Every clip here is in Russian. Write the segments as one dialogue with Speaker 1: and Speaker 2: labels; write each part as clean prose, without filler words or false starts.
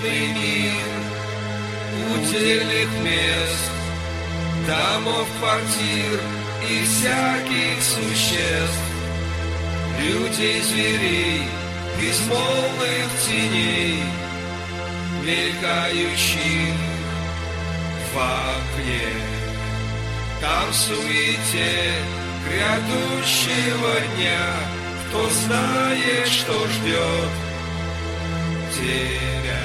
Speaker 1: безумный мир удельных мест, домов, квартир и всяких существ, людей, зверей, безмолвных теней, мелькающих в окне. Там в суете грядущего дня, кто знает, что ждет тебя.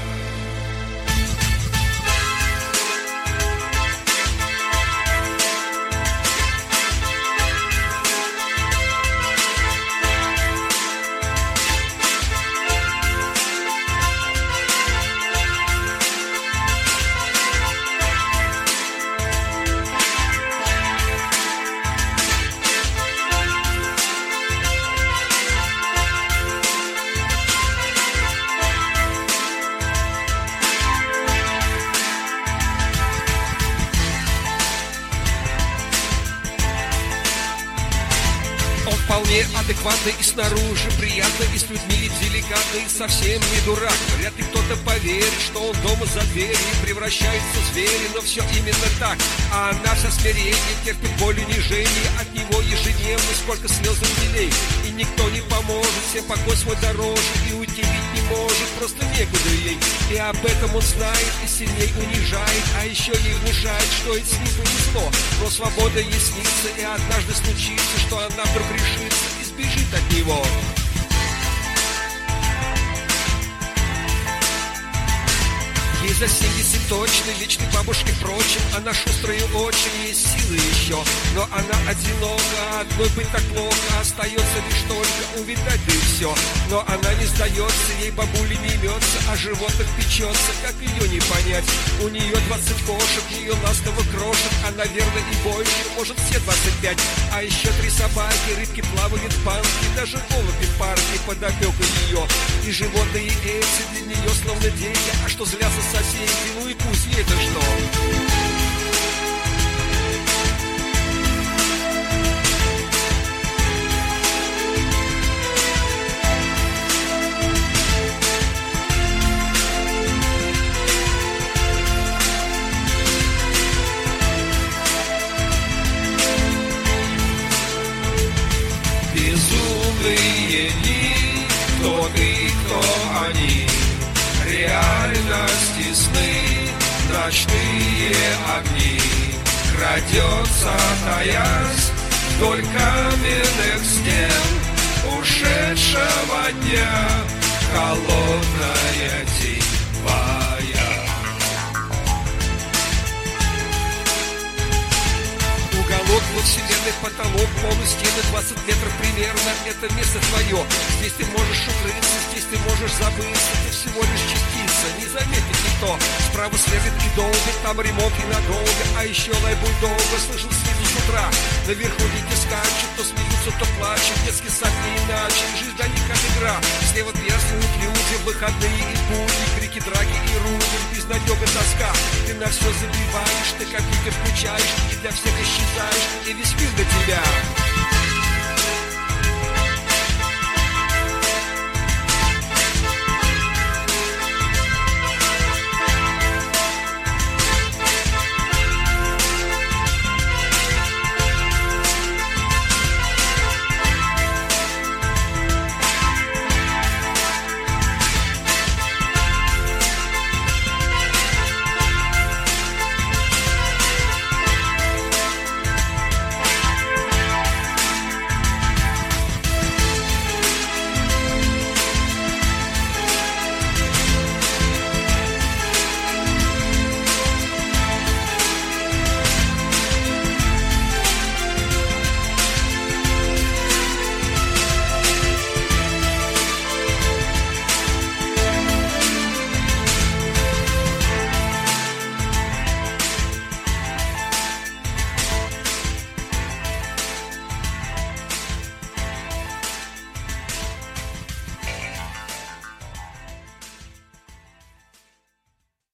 Speaker 2: Вполне адекватный и снаружи приятно, и с людьми деликатный, и совсем не дурак. Вряд ли кто-то поверит, что он дома за дверью превращается в зверя, но все именно так. А она вся смирение, терпит боль и унижение, от него ежедневно сколько слез и милей. И никто не поможет, всем покой свой дороже, и уйти ведь не может, просто некуда ей. И об этом он знает, и сильней унижает, а еще ей внушает, что и с ним повезло. Но свобода ей снится, и однажды случится, что она вдруг решится и сбежит от него. Ей за 70 точно, вечной бабушкой прочим, она шустрая очень, есть силы еще. Но она одинока, одной быть так плохо, остается лишь только увидать, да и все. Но она не сдается, ей бабуля не имется, о животных печется, как ее не понять. У нее 20 кошек, ее ласково крошек, а наверное и больше, может все 25. А еще 3 собаки, рыбки плавают в банке, даже голуби в парке под опекой ее. И животные эти для нее словно дети, а что злятся соседи, ну и пусть ей-то что.
Speaker 1: Безумные дни, кто ты, кто они, реальности сны, ночные огни, крадется, таясь вдоль каменных стен ушедшего дня, холодная тень твоя.
Speaker 2: Уголок во вселенной, потолок, пол и стены, 20 метров примерно, это место твое. Здесь ты можешь укрыться, здесь ты можешь забыться, ты всего лишь частица, не заметит никто. Справа слежит и долбит, там ремонт и надолго, а еще лай бульдога слышал снизу с утра. Наверху дети скачут, то смеются, то плачут, детский сад не иначе, жизнь для них как игра. Слева пьянствуют люди, выходные и будни, крики, драки и руки, безнадега, тоска. Ты на все забиваешь, ты компьютер включаешь, и для всех исчезаешь, и весь мир до тебя.